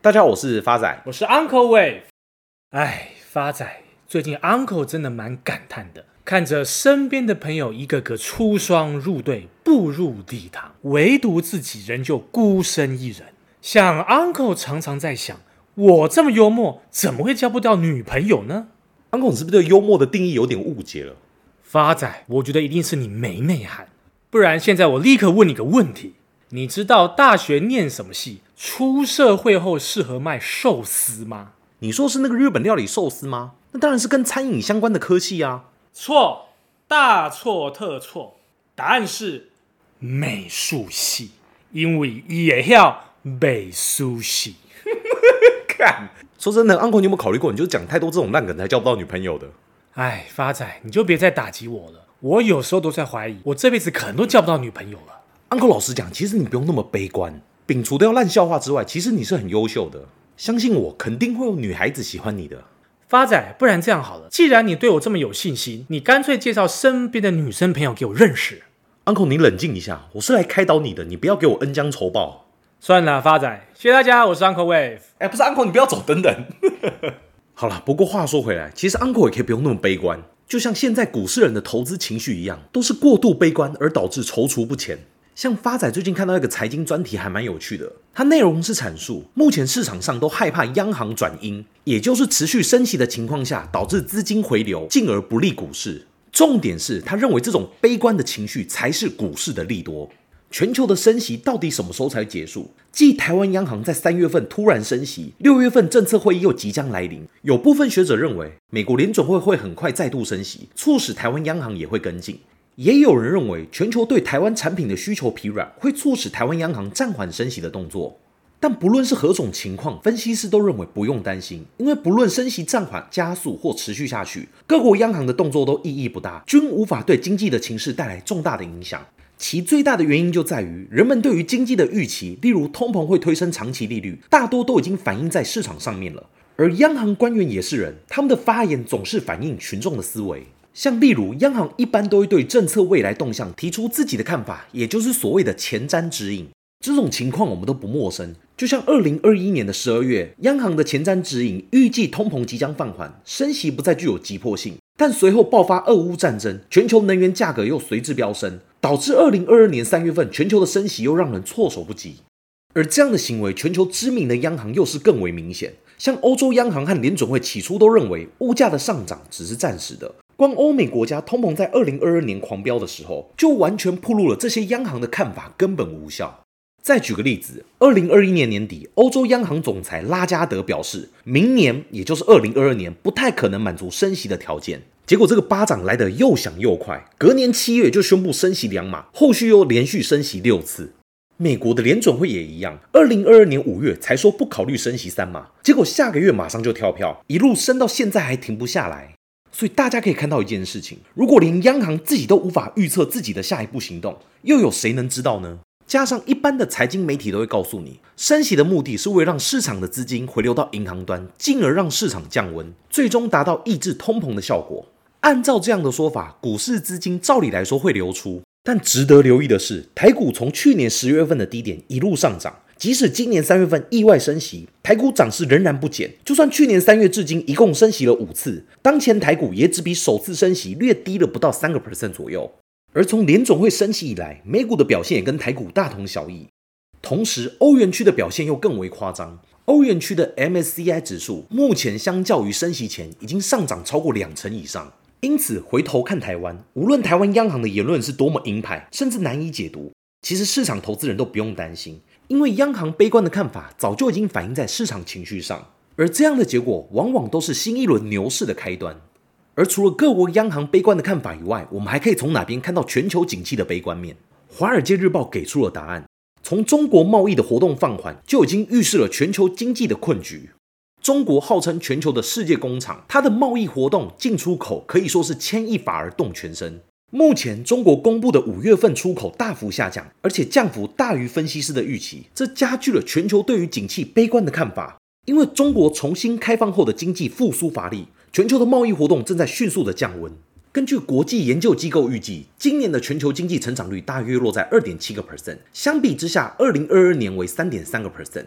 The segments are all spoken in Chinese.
大家好，我是发仔， 我是 Uncle Wave。哎，发仔，最近 Uncle 真的蛮感叹的，看着身边的朋友一个个出双入对，步入礼堂，唯独自己仍旧孤身一人。像 Uncle 常常在想，我这么幽默，怎么会交不到女朋友呢？ Uncle 你是不是对幽默的定义有点误解了？ 发仔，我觉得一定是你没内涵，不然现在我立刻问你个问题：你知道大学念什么系，出社会后适合卖寿司吗？ 你说是那个日本料理寿司吗？那当然是跟餐饮相关的科系啊。 错，大错特错，答案是美术系，因为也要美术系。 看，说真的 ，Uncle 你有没有考虑过，你就讲太多这种烂梗才交不到女朋友的？ 哎，发仔，你就别再打击我了，我有时候都在怀疑，我这辈子可能都交不到女朋友了。 Uncle 老实讲，其实你不用那么悲观。摒除掉烂笑话之外，其实你是很优秀的。相信我，肯定会有女孩子喜欢你的。 发仔，不然这样好了，既然你对我这么有信心，你干脆介绍身边的女生朋友给我认识。 Uncle 你冷静一下，我是来开导你的，你不要给我恩将仇报。 算了，发仔，谢谢大家，我是 Uncle Wave。 不是 Uncle 你不要走，等等。好了，不过话说回来，其实 Uncle 也可以不用那么悲观。就像现在股市人的投资情绪一样，都是过度悲观而导致踌躇不前。像发仔最近看到一个财经专题还蛮有趣的，它内容是阐述目前市场上都害怕央行转鹰，也就是持续升息的情况下导致资金回流，进而不利股市。重点是他认为这种悲观的情绪才是股市的利多。全球的升息到底什么时候才结束？继台湾央行在3月份突然升息，6月份政策会议又即将来临，有部分学者认为美国联准会会很快再度升息，促使台湾央行也会跟进。也有人认为全球对台湾产品的需求疲软，会促使台湾央行暂缓升息的动作。但不论是何种情况，分析师都认为不用担心，因为不论升息暂缓、加速或持续下去，各国央行的动作都意义不大，均无法对经济的情势带来重大的影响。其最大的原因就在于人们对于经济的预期，例如通膨会推升长期利率，大多都已经反映在市场上面了。而央行官员也是人，他们的发言总是反映群众的思维。像例如，央行一般都会对政策未来动向提出自己的看法，也就是所谓的前瞻指引。这种情况我们都不陌生，就像2021年的12月，央行的前瞻指引预计通膨即将放缓，升息不再具有急迫性。但随后爆发俄乌战争，全球能源价格又随之飙升，导致2022年3月份全球的升息又让人措手不及。而这样的行为，全球知名的央行又是更为明显。像欧洲央行和联准会起初都认为物价的上涨只是暂时的，光欧美国家通膨在2022年狂飙的时候，就完全暴露了这些央行的看法根本无效。再举个例子，2021年年底，欧洲央行总裁拉加德表示，明年也就是2022年不太可能满足升息的条件。结果这个巴掌来得又响又快，隔年7月就宣布升息2码，后续又连续升息6次。美国的联准会也一样，2022年5月才说不考虑升息3码，结果下个月马上就跳票，一路升到现在还停不下来。所以大家可以看到一件事情，如果连央行自己都无法预测自己的下一步行动，又有谁能知道呢？加上一般的财经媒体都会告诉你，升息的目的是为了让市场的资金回流到银行端，进而让市场降温，最终达到抑制通膨的效果。按照这样的说法，股市资金照理来说会流出，但值得留意的是，台股从去年10月份的低点一路上涨，即使今年3月份意外升息，台股涨势仍然不减。就算去年3月至今一共升息了5次，当前台股也只比首次升息略低了不到3% 左右。而从联准会升息以来，美股的表现也跟台股大同小异。同时，欧元区的表现又更为夸张。欧元区的 MSCI 指数目前相较于升息前已经上涨超过2%以上。因此，回头看台湾，无论台湾央行的言论是多么鹰派，甚至难以解读，其实市场投资人都不用担心，因为央行悲观的看法早就已经反映在市场情绪上，而这样的结果往往都是新一轮牛市的开端。而除了各国央行悲观的看法以外，我们还可以从哪边看到全球景气的悲观面？华尔街日报给出了答案，从中国贸易的活动放缓就已经预示了全球经济的困局。中国号称全球的世界工厂，它的贸易活动进出口可以说是牵一发而动全身。目前中国公布的5月份出口大幅下降，而且降幅大于分析师的预期，这加剧了全球对于景气悲观的看法。因为中国重新开放后的经济复苏乏力，全球的贸易活动正在迅速的降温。根据国际研究机构预计，今年的全球经济成长率大约落在 2.7%， 相比之下2022年为 3.3%。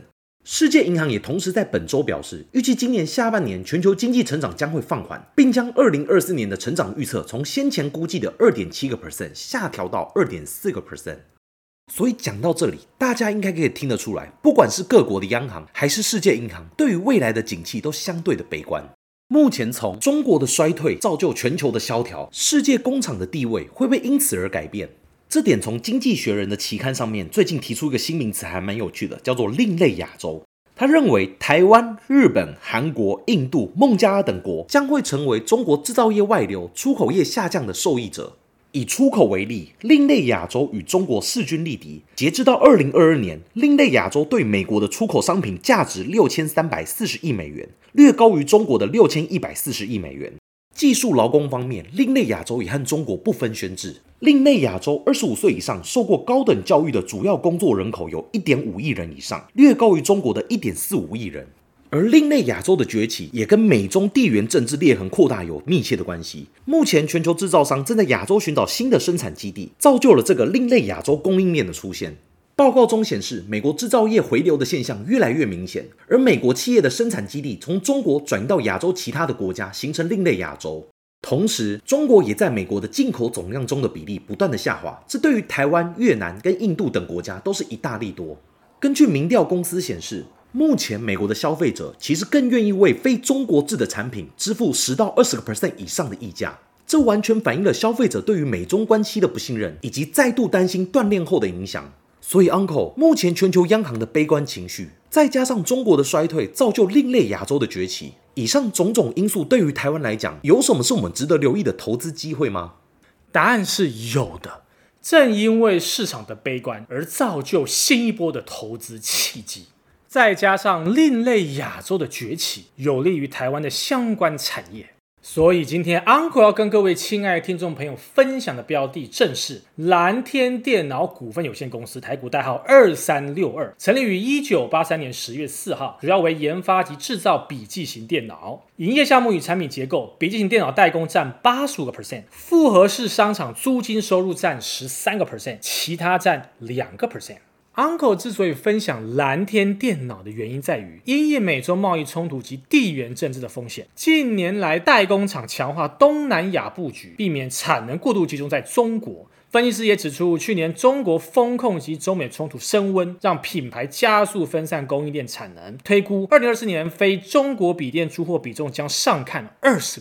世界银行也同时在本周表示，预计今年下半年全球经济成长将会放缓，并将2024年的成长预测从先前估计的 2.7% 下调到 2.4%。所以讲到这里，大家应该可以听得出来，不管是各国的央行还是世界银行，对于未来的景气都相对的悲观。目前从中国的衰退造就全球的萧条，世界工厂的地位会不会因此而改变？这点从经济学人的期刊上面最近提出一个新名词，还蛮有趣的，叫做另类亚洲。他认为台湾、日本、韩国、印度、孟加拉等国将会成为中国制造业外流、出口业下降的受益者。以出口为例，另类亚洲与中国势均力敌。截至到2022年，另类亚洲对美国的出口商品价值6340亿美元，略高于中国的6140亿美元。技术劳工方面，另类亚洲也和中国不分轩轾。另类亚洲25岁以上受过高等教育的主要工作人口有 1.5 亿人以上，略高于中国的 1.45 亿人。而另类亚洲的崛起也跟美中地缘政治裂痕扩大有密切的关系。目前全球制造商正在亚洲寻找新的生产基地，造就了这个另类亚洲供应链的出现。报告中显示，美国制造业回流的现象越来越明显，而美国企业的生产基地从中国转移到亚洲其他的国家，形成另类亚洲。同时，中国也在美国的进口总量中的比例不断的下滑，这对于台湾、越南跟印度等国家都是一大利多。根据民调公司显示，目前美国的消费者其实更愿意为非中国制的产品支付10到20% 以上的溢价，这完全反映了消费者对于美中关系的不信任，以及再度担心断链后的影响。所以 Uncle， 目前全球央行的悲观情绪，再加上中国的衰退，造就另类亚洲的崛起。以上种种因素对于台湾来讲，有什么是我们值得留意的投资机会吗？ 答案是有的。正因为市场的悲观，而造就新一波的投资契机。再加上另类亚洲的崛起，有利于台湾的相关产业。所以今天 Uncle 要跟各位亲爱的听众朋友分享的标的正是蓝天电脑股份有限公司，台股代号2362，成立于1983年10月4号，主要为研发及制造笔记型电脑。营业项目与产品结构，笔记型电脑代工占 85%， 复合式商场租金收入占 13%， 其他占 2%。Uncle 之所以分享蓝天电脑的原因在于，因应美洲贸易冲突及地缘政治的风险，近年来代工厂强化东南亚布局，避免产能过度集中在中国。分析师也指出，去年中国风控及中美衝突升温，让品牌加速分散供应链产能，推估2024年非中国笔电出货比重将上看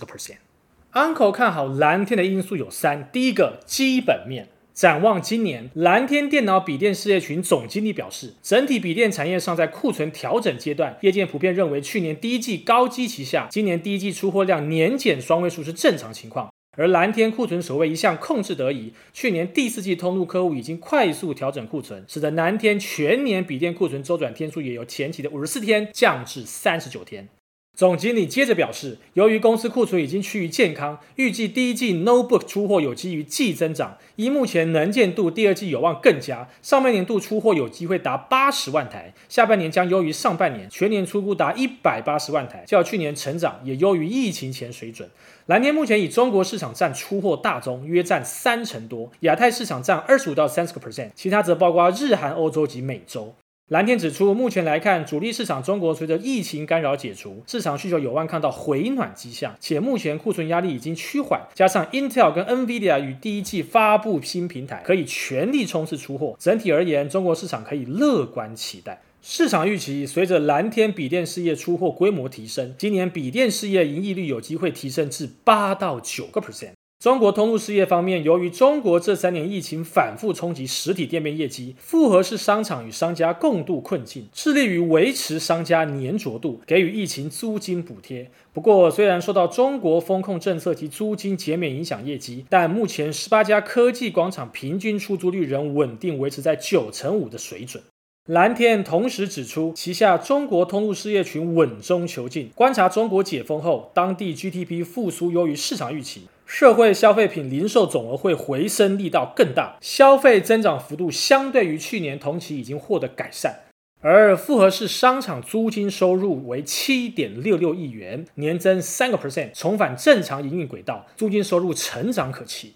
20%。Uncle 看好蓝天的因素有3，第一个基本面。展望今年，蓝天电脑笔电事业群总经理表示，整体笔电产业尚在库存调整阶段，业界普遍认为去年第一季高基期下，今年第一季出货量年减双位数是正常情况。而蓝天库存守卫一向控制得宜，去年第4季通路客户已经快速调整库存，使得蓝天全年笔电库存周转天数也由前期的54天降至39天。总经理接着表示，由于公司库存已经趋于健康，预计第一季 Notebook 出货有机于季增长，依目前能见度，第二季有望更佳，上半年度出货有机会达80万台，下半年将优于上半年，全年出估达180万台，较去年成长，也优于疫情前水准。蓝天目前以中国市场占出货大宗，约占30%多，亚太市场占25到30%，其他则包括日韩、欧洲及美洲。蓝天指出，目前来看，主力市场中国随着疫情干扰解除，市场需求有望看到回暖迹象，且目前库存压力已经趋缓，加上 Intel 跟 NVIDIA 与第一季发布新平台，可以全力冲刺出货。整体而言，中国市场可以乐观期待。市场预期，随着蓝天笔电事业出货规模提升，今年笔电事业盈利率有机会提升至8到9%。中国通路事业方面，由于中国这3年疫情反复冲击实体店面业绩，复合式商场与商家共度困境，致力于维持商家粘着度，给予疫情租金补贴。不过，虽然受到中国风控政策及租金减免影响业绩，但目前18家科技广场平均出租率仍稳定维持在95%的水准。蓝天同时指出，旗下中国通路事业群稳中求进，观察中国解封后，当地 GDP 复苏优于市场预期，社会消费品零售总额会回升力道更大，消费增长幅度相对于去年同期已经获得改善。而复合式商场租金收入为 7.66 亿元，年增3%，重返正常营运轨道，租金收入成长可期。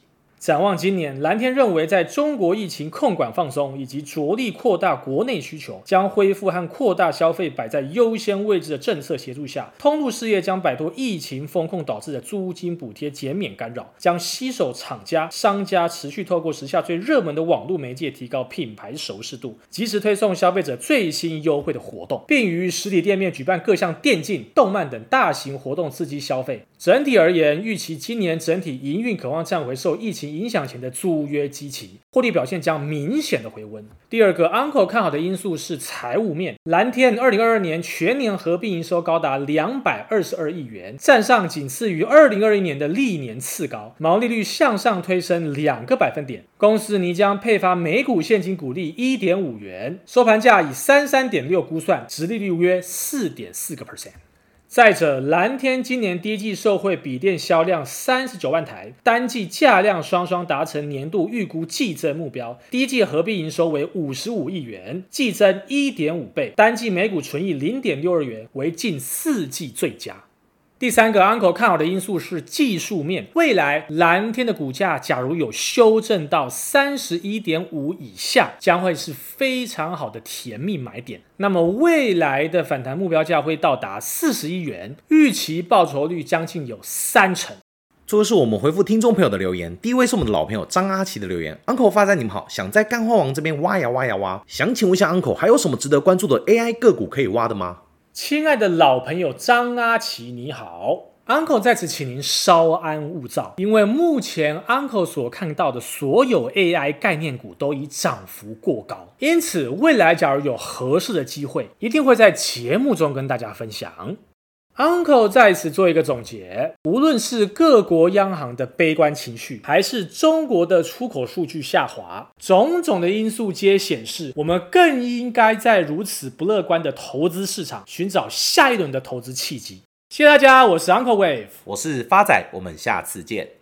展望今年，蓝天认为在中国疫情控管放松以及着力扩大国内需求，将恢复和扩大消费摆在优先位置的政策协助下，通路事业将摆脱疫情风控导致的租金补贴减免干扰，将携手厂家、商家持续透过时下最热门的网络媒介提高品牌熟识度，及时推送消费者最新优惠的活动，并于实体店面举办各项电竞、动漫等大型活动刺激消费。整体而言，预期今年整体营运可望站回受疫情影响前的租约基期，获利表现将明显的回温。第二个 Uncle 看好的因素是财务面，蓝天2022年全年合并营收高达222亿元，站上仅次于2021年的历年次高，毛利率向上推升2个百分点。公司拟将配发每股现金股利 1.5 元，收盘价以33.6估算，殖利率约 4.4%。再者，蓝天今年第一季受惠笔电销量39万台，单季价量双双达成年度预估季增目标。第一季合并营收为55亿元，季增 1.5 倍，单季每股纯益 0.62 元，为近4季最佳。第三个 Uncle 看好的因素是技术面，未来蓝天的股价假如有修正到 31.5 以下，将会是非常好的甜蜜买点。那么未来的反弹目标价会到达41元，预期报酬率将近有30%。 这个是我们回复听众朋友的留言，第一位是我们的老朋友张阿奇的留言。Uncle 发仔你们好，想在干花王这边挖呀挖呀挖，想请问一下 Uncle 还有什么值得关注的 AI 个股可以挖的吗？ 亲爱的老朋友张阿奇你好， Uncle 在此请您稍安勿躁，因为目前 Uncle 所看到的所有 AI 概念股都已涨幅过高，因此未来假如有合适的机会，一定会在节目中跟大家分享。Uncle 在此做一个总结，无论是各国央行的悲观情绪，还是中国的出口数据下滑，种种的因素皆显示，我们更应该在如此不乐观的投资市场寻找下一轮的投资契机。谢谢大家，我是 Uncle Wave， 我是发仔，我们下次见。